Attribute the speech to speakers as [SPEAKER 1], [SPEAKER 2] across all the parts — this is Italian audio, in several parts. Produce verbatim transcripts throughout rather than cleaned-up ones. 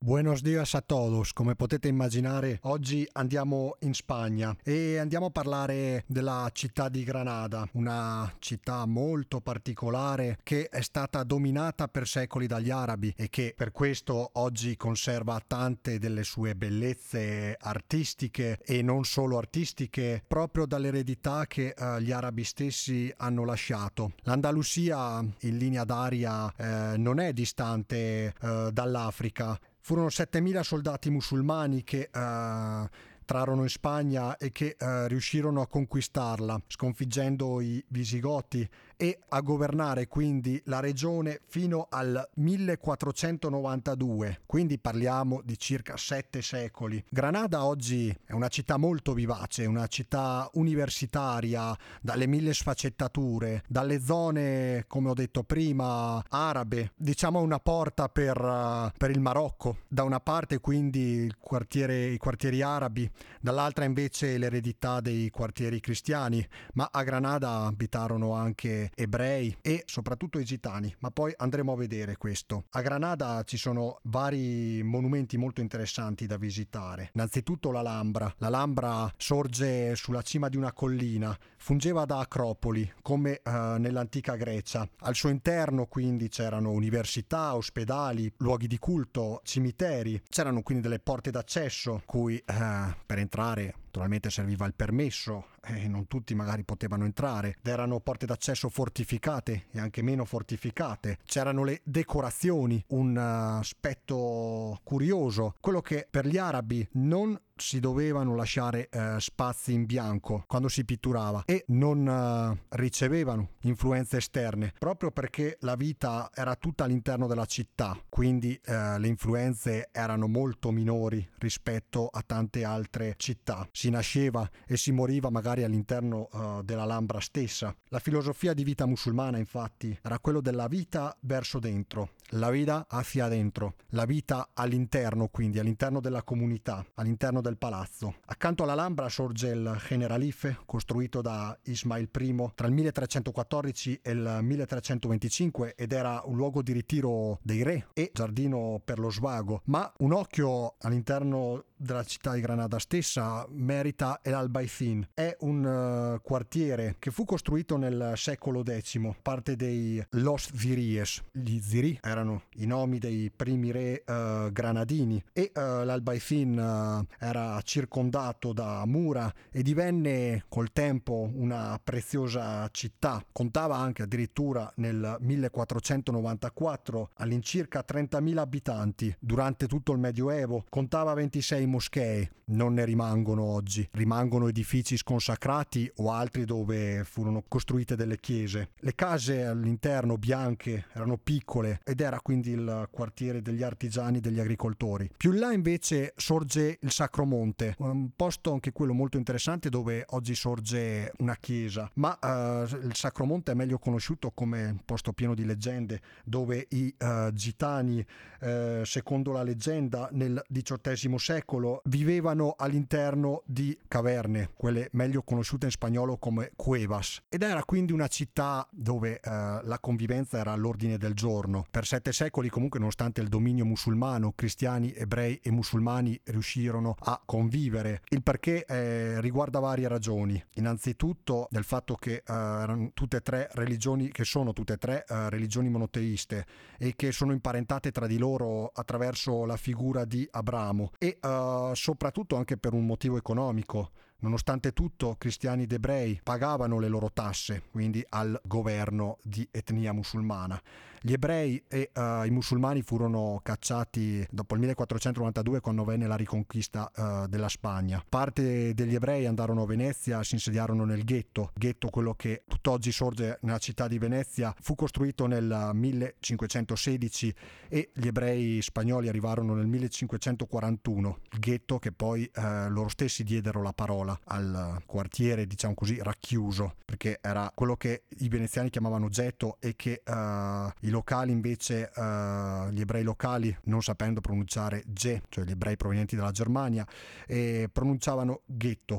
[SPEAKER 1] Buenos días a todos, come potete immaginare oggi andiamo in Spagna e andiamo a parlare della città di Granada, una città molto particolare che è stata dominata per secoli dagli arabi e che per questo oggi conserva tante delle sue bellezze artistiche e non solo artistiche proprio dall'eredità che eh, gli arabi stessi hanno lasciato. L'Andalusia in linea d'aria eh, non è distante eh, dall'Africa. Furono settemila soldati musulmani che uh, trarono in Spagna e che uh, riuscirono a conquistarla, sconfiggendo i Visigoti e a governare quindi la regione fino al millequattrocentonovantadue, quindi parliamo di circa sette secoli. Granada oggi è una città molto vivace, una città universitaria, dalle mille sfaccettature, dalle zone, come ho detto prima, arabe, diciamo una porta per, uh, per il Marocco, da una parte quindi il quartiere, i quartieri arabi, dall'altra invece l'eredità dei quartieri cristiani, ma a Granada abitarono anche ebrei e soprattutto i gitani, ma poi andremo a vedere questo. A Granada ci sono vari monumenti molto interessanti da visitare. Innanzitutto l'Alhambra. L'Alhambra sorge sulla cima di una collina, fungeva da acropoli come eh, nell'antica Grecia. Al suo interno quindi c'erano università, ospedali, luoghi di culto, cimiteri. C'erano quindi delle porte d'accesso cui eh, per entrare naturalmente serviva il permesso e non tutti magari potevano entrare. Ed erano porte d'accesso fortificate e anche meno fortificate. C'erano le decorazioni, un aspetto curioso, quello che per gli arabi non si dovevano lasciare eh, spazi in bianco quando si pitturava e non eh, ricevevano influenze esterne, proprio perché la vita era tutta all'interno della città, quindi eh, le influenze erano molto minori rispetto a tante altre città. Si nasceva e si moriva magari all'interno uh, dell'Alhambra stessa. La filosofia di vita musulmana infatti era quello della vita verso dentro, la vita hacia dentro, la vita all'interno, quindi all'interno della comunità, all'interno del palazzo. Accanto all'Alhambra sorge il Generalife, costruito da Ismail I tra il milletrecentoquattordici e il milletrecentoventicinque, ed era un luogo di ritiro dei re e giardino per lo svago, ma un occhio all'interno della città di Granada stessa merita El Albaicín. È un uh, quartiere che fu costruito nel secolo decimo, parte dei Los Ziríes. Gli Ziri erano i nomi dei primi re uh, granadini e uh, l'Albaicín uh, era circondato da mura e divenne col tempo una preziosa città. Contava anche addirittura nel millequattrocentonovantaquattro all'incirca trentamila abitanti. Durante tutto il Medioevo contava ventisei moschee, non ne rimangono oggi. Rimangono edifici sconsacrati o altri dove furono costruite delle chiese. Le case all'interno bianche erano piccole ed era quindi il quartiere degli artigiani e degli agricoltori. Più in là invece sorge il Sacromonte, un posto anche quello molto interessante dove oggi sorge una chiesa, ma uh, il Sacromonte è meglio conosciuto come un posto pieno di leggende dove i uh, gitani, uh, secondo la leggenda, nel diciottesimo secolo vivevano all'interno di caverne, quelle meglio conosciute in spagnolo come cuevas, ed era quindi una città dove eh, la convivenza era all'ordine del giorno. Per sette secoli comunque, nonostante il dominio musulmano, cristiani, ebrei e musulmani riuscirono a convivere. Il perché eh, riguarda varie ragioni. Innanzitutto del fatto che eh, erano tutte e tre religioni, che sono tutte e tre eh, religioni monoteiste e che sono imparentate tra di loro attraverso la figura di Abramo e eh, soprattutto anche per un motivo economico. Nonostante tutto, cristiani ed ebrei pagavano le loro tasse, quindi al governo di etnia musulmana. Gli ebrei e uh, i musulmani furono cacciati dopo il millequattrocentonovantadue, quando venne la riconquista uh, della Spagna. Parte degli ebrei andarono a Venezia, si insediarono nel ghetto. Ghetto, quello che tutt'oggi sorge nella città di Venezia, fu costruito nel millecinquecentosedici e gli ebrei spagnoli arrivarono nel millecinquecentoquarantuno. Il ghetto che poi uh, loro stessi diedero la parola al quartiere, diciamo così, racchiuso, perché era quello che i veneziani chiamavano ghetto e che uh, i locali invece, uh, gli ebrei locali, non sapendo pronunciare ge, cioè gli ebrei provenienti dalla Germania, e pronunciavano ghetto.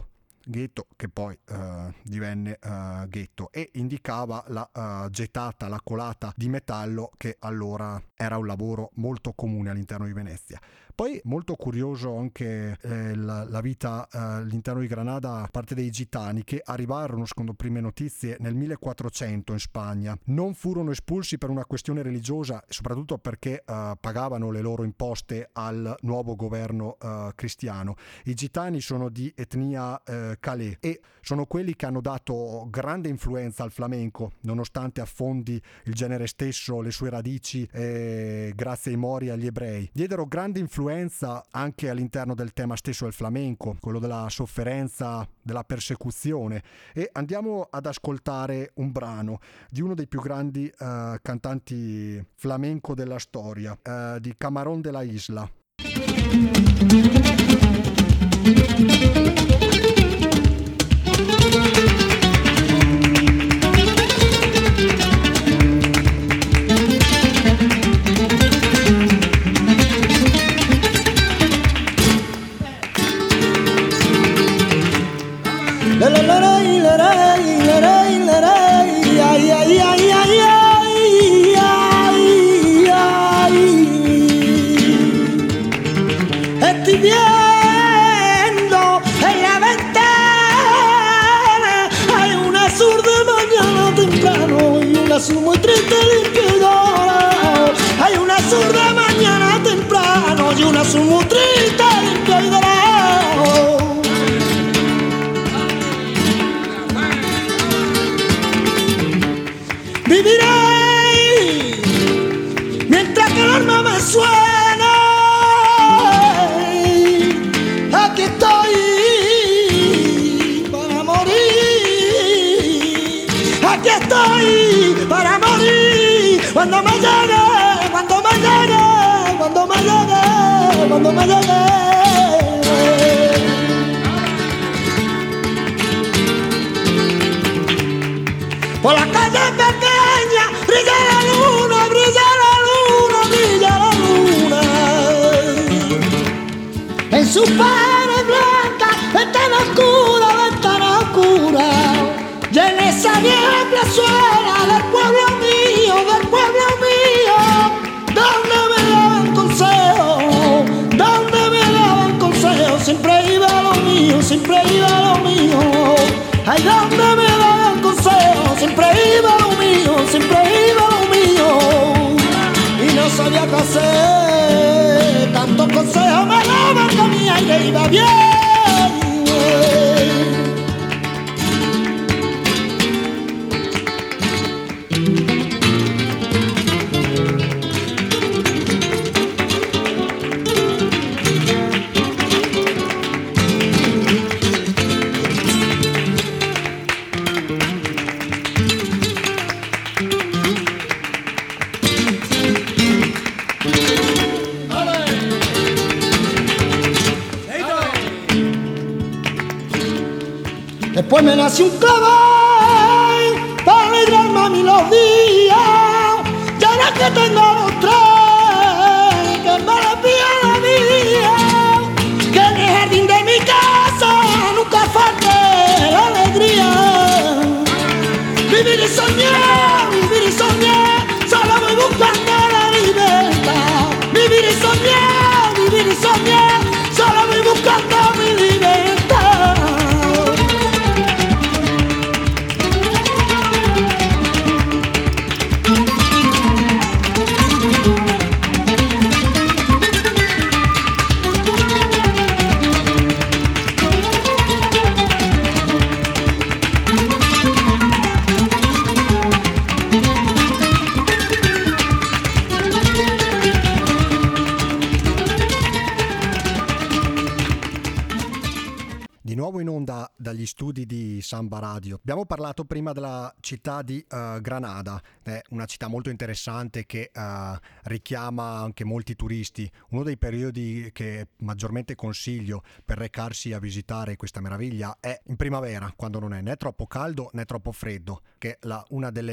[SPEAKER 1] ghetto, che poi uh, divenne uh, ghetto, e indicava la uh, gettata, la colata di metallo, che allora era un lavoro molto comune all'interno di Venezia. Poi molto curioso anche eh, la, la vita eh, all'interno di Granada da parte dei gitani, che arrivarono, secondo prime notizie, nel millequattrocento in Spagna. Non furono espulsi per una questione religiosa, soprattutto perché eh, pagavano le loro imposte al nuovo governo eh, cristiano. I gitani sono di etnia eh, calé e sono quelli che hanno dato grande influenza al flamenco, nonostante affondi il genere stesso, le sue radici, eh, grazie ai Mori e agli ebrei. Diedero grande influenza anche all'interno del tema stesso del flamenco, quello della sofferenza, della persecuzione, e andiamo ad ascoltare un brano di uno dei più grandi uh, cantanti flamenco della storia, uh, di Camarón de la Isla.
[SPEAKER 2] La la la la la la la la la la, ay ay ay ay ay ay ay. Estoy viendo en la ventana, hay un azul de mañana temprano y un azul muy triste limpio. Hay un azul de mañana temprano y un azul muy triste limpio y dorado. Viviré mientras que el alma me suena. Aquí estoy para morir. Aquí estoy para morir. Cuando me llegue, cuando me llegue, cuando me llegue, cuando me llegue. Por la calle pequeña brilla la luna, brilla la luna, brilla la luna. En sus paredes blancas, ventana oscura, ventana oscura. Y en esa vieja plazuela del pueblo mío, del pueblo mío, donde me daban consejos, donde me daban consejos, siempre iba lo mío, siempre iba lo mío. Ay, donde me daban consejos, siempre iba lo mío, siempre iba lo mío. Y no sabía qué hacer, tantos consejos me daban que mi aire iba bien. Después me nació un clavel para alegrarme a mí los días. Y ahora que tengo los tres, que me desvía la vida, que en el jardín de mi casa nunca falte la alegría. Vivir y soñar, vivir y soñar, solo voy buscando la libertad. Vivir y soñar, vivir y soñar, solo voy buscando mi libertad.
[SPEAKER 1] nuovo in onda dagli studi di Samba Radio. Abbiamo parlato prima della città di uh, Granada, è una città molto interessante che uh, richiama anche molti turisti. Uno dei periodi che maggiormente consiglio per recarsi a visitare questa meraviglia è in primavera, quando non è né troppo caldo né troppo freddo, che è la, una delle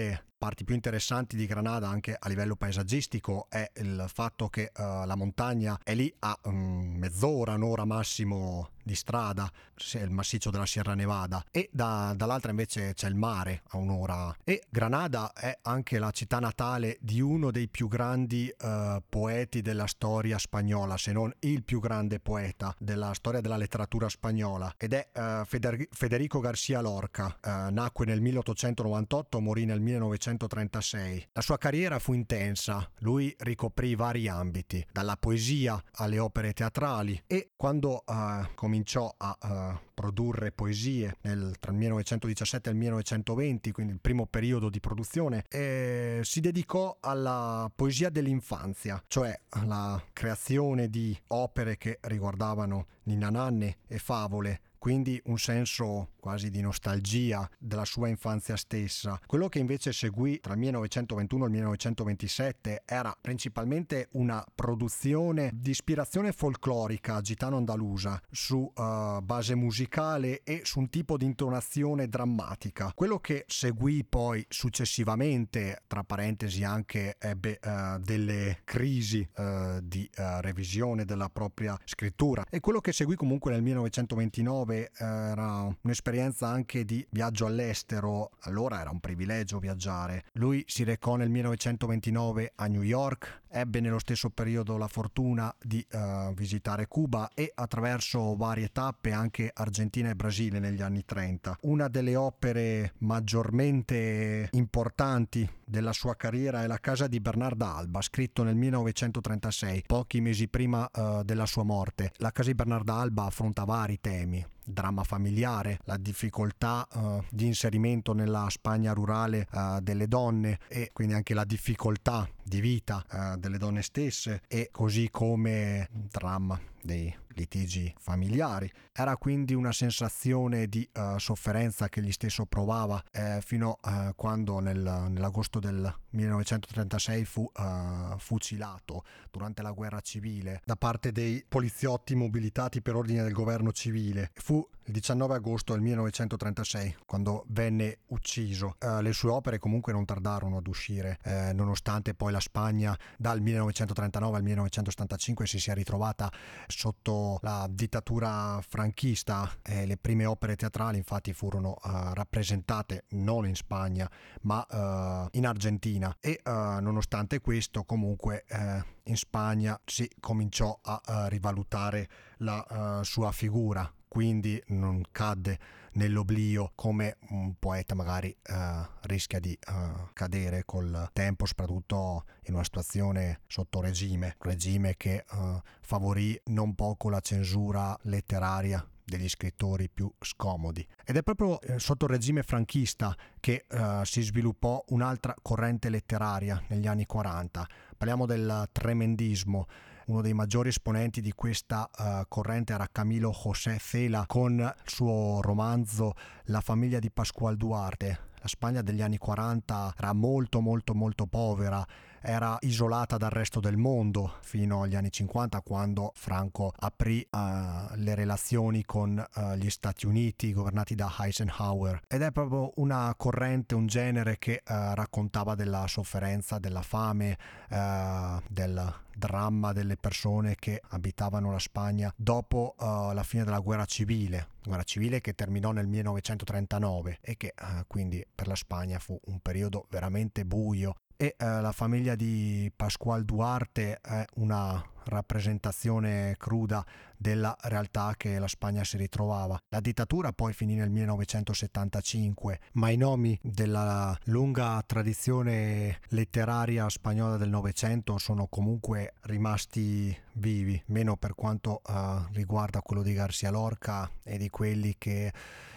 [SPEAKER 1] parti più interessanti di Granada anche a livello paesaggistico è il fatto che uh, la montagna è lì a um, mezz'ora, un'ora massimo di strada, il massiccio della Sierra Nevada, e da, dall'altra invece c'è il mare a un'ora. E Granada è anche la città natale di uno dei più grandi uh, poeti della storia spagnola, se non il più grande poeta della storia della letteratura spagnola, ed è uh, Feder- Federico García Lorca. Uh, nacque nel milleottocentonovantotto, morì nel millenovecentotrentasei. La sua carriera fu intensa, lui ricoprì vari ambiti, dalla poesia alle opere teatrali, e quando uh, cominciò a uh, produrre poesie nel, tra il millenovecentodiciassette e il millenovecentoventi, quindi il primo periodo di produzione, e si dedicò alla poesia dell'infanzia, cioè alla creazione di opere che riguardavano ninna nanne e favole, quindi un senso quasi di nostalgia della sua infanzia stessa. Quello che invece seguì tra il millenovecentoventuno e il millenovecentoventisette era principalmente una produzione di ispirazione folclorica gitano-andalusa su uh, base musicale e su un tipo di intonazione drammatica. Quello che seguì poi successivamente, tra parentesi anche ebbe uh, delle crisi uh, di uh, revisione della propria scrittura, e quello che seguì comunque nel millenovecentoventinove era un'esperienza anche di viaggio all'estero. Allora era un privilegio viaggiare. Lui si recò nel millenovecentoventinove a New York, ebbe nello stesso periodo la fortuna di uh, visitare Cuba e attraverso varie tappe anche Argentina e Brasile negli anni trenta. Una delle opere maggiormente importanti della sua carriera è La casa di Bernarda Alba, scritto nel millenovecentotrentasei, pochi mesi prima uh, della sua morte. La casa di Bernarda Alba affronta vari temi: dramma familiare, la difficoltà uh, di inserimento nella Spagna rurale uh, delle donne, e quindi anche la difficoltà di vita uh, delle donne stesse, e così come dramma dei litigi familiari. Era quindi una sensazione di uh, sofferenza che egli stesso provava eh, fino a uh, quando nel, nell'agosto del millenovecentotrentasei fu uh, fucilato durante la guerra civile da parte dei poliziotti mobilitati per ordine del governo civile. Fu il diciannove agosto del millenovecentotrentasei quando venne ucciso. Uh, le sue opere comunque non tardarono ad uscire, eh, nonostante poi la Spagna dal millenovecentotrentanove al millenovecentosettantacinque si sia ritrovata sotto la dittatura franchista. Eh, le prime opere teatrali infatti furono uh, rappresentate non in Spagna ma uh, in Argentina, e uh, nonostante questo comunque uh, in Spagna si cominciò a uh, rivalutare la uh, sua figura, quindi non cadde nell'oblio come un poeta magari uh, rischia di uh, cadere col tempo, soprattutto in una situazione sotto regime, regime che uh, favorì non poco la censura letteraria degli scrittori più scomodi. Ed è proprio eh, sotto il regime franchista che uh, si sviluppò un'altra corrente letteraria negli anni quaranta. Parliamo del tremendismo. Uno dei maggiori esponenti di questa uh, corrente era Camilo José Cela con il suo romanzo La famiglia di Pascual Duarte. La Spagna degli anni quaranta era molto molto molto povera, era isolata dal resto del mondo fino agli anni cinquanta, quando Franco aprì uh, le relazioni con uh, gli Stati Uniti governati da Eisenhower, ed è proprio una corrente, un genere che uh, raccontava della sofferenza, della fame, uh, del dramma delle persone che abitavano la Spagna dopo uh, la fine della guerra civile, guerra civile che terminò nel millenovecentotrentanove e che uh, quindi per la Spagna fu un periodo veramente buio. E uh, la famiglia di Pascual Duarte è una rappresentazione cruda della realtà che la Spagna si ritrovava. La dittatura poi finì nel millenovecentosettantacinque, ma i nomi della lunga tradizione letteraria spagnola del Novecento sono comunque rimasti vivi, meno per quanto uh, riguarda quello di García Lorca e di quelli che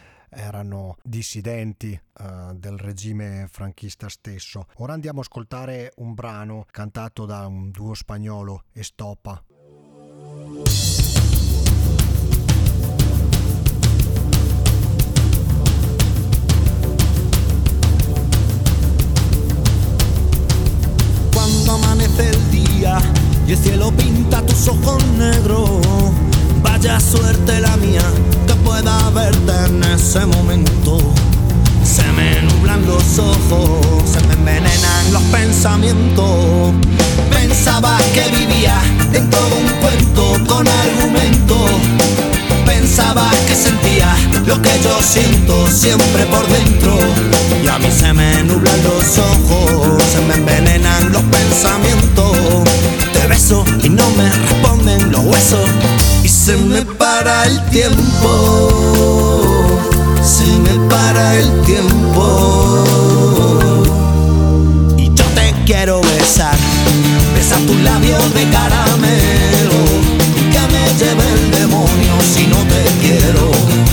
[SPEAKER 1] erano dissidenti uh, del regime franchista stesso. Ora andiamo a ascoltare un brano cantato da un duo spagnolo, Estopa.
[SPEAKER 2] Cuando amanece el día y el cielo pinta tus ojos negros, vaya suerte la mía que pueda verte en ese momento. Se me nublan los ojos, se me envenenan pensamiento. Pensaba que vivía dentro de un cuento con argumento. Pensaba que sentía lo que yo siento siempre por dentro. Y a mí se me nublan los ojos, se me envenenan los pensamientos. Te beso y no me responden los huesos. Y se me para el tiempo, se me para el tiempo. Y yo te quiero besar, besar tus labios de caramelo. Que me lleve el demonio si no te quiero.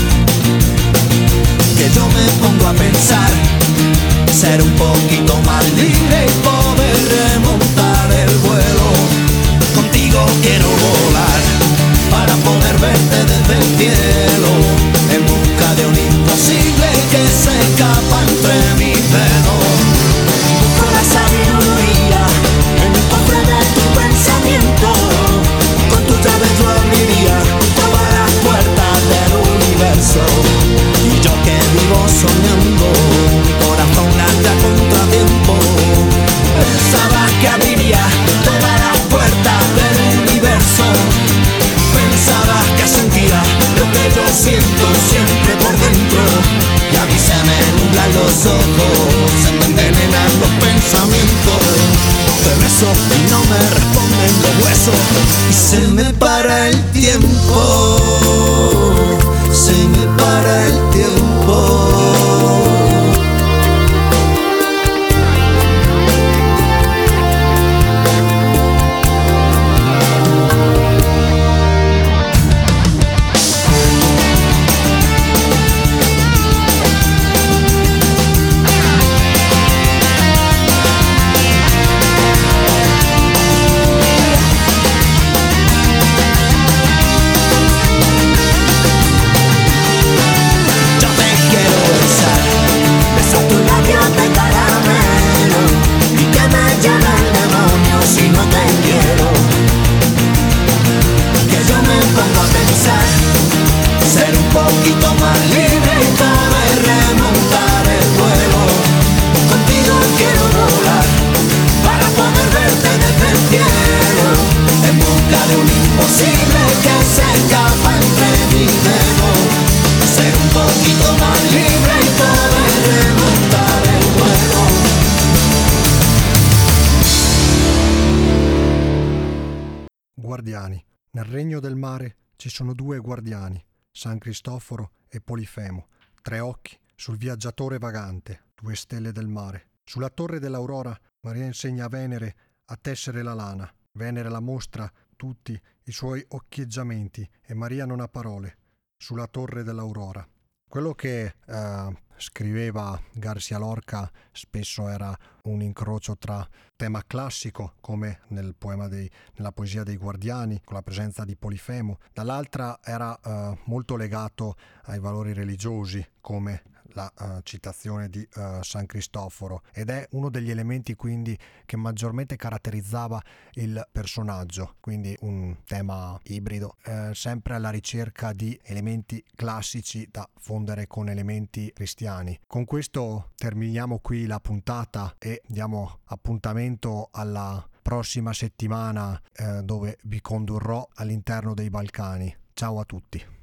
[SPEAKER 2] Que yo me pongo a pensar, ser un poquito más libre y poder remontar el vuelo. Contigo quiero volar para poder verte desde el cielo, en busca de un imposible que se escapa entre mis dedos. Busco la sabiduría en el cofre de tu pensamiento. Con tu llave yo abriría todas las puertas del universo. Y yo que vivo soñando, mi corazón late a contratiempo. Pensaba que abriría todas las puertas del universo. Pensaba que sentía lo que yo siento siempre por dentro. Y a mí se me nublan los ojos, se me envenenan los pensamientos. Te beso y no me responden los huesos. Y se me para el tiempo, se me para el tiempo.
[SPEAKER 1] Guardiani. Nel regno del mare ci sono due guardiani, San Cristoforo e Polifemo, tre occhi sul viaggiatore vagante, due stelle del mare. Sulla torre dell'aurora Maria insegna a Venere a tessere la lana. Venere la mostra tutti i suoi occhieggiamenti e Maria non ha parole. Sulla torre dell'aurora. Quello che eh, scriveva García Lorca spesso era un incrocio tra tema classico, come nel poema dei, nella poesia dei Guardiani, con la presenza di Polifemo, dall'altra era eh, molto legato ai valori religiosi, come la uh, citazione di uh, San Cristoforo, ed è uno degli elementi quindi che maggiormente caratterizzava il personaggio, quindi un tema ibrido, eh, sempre alla ricerca di elementi classici da fondere con elementi cristiani. Con questo terminiamo qui la puntata e diamo appuntamento alla prossima settimana eh, dove vi condurrò all'interno dei Balcani. Ciao a tutti.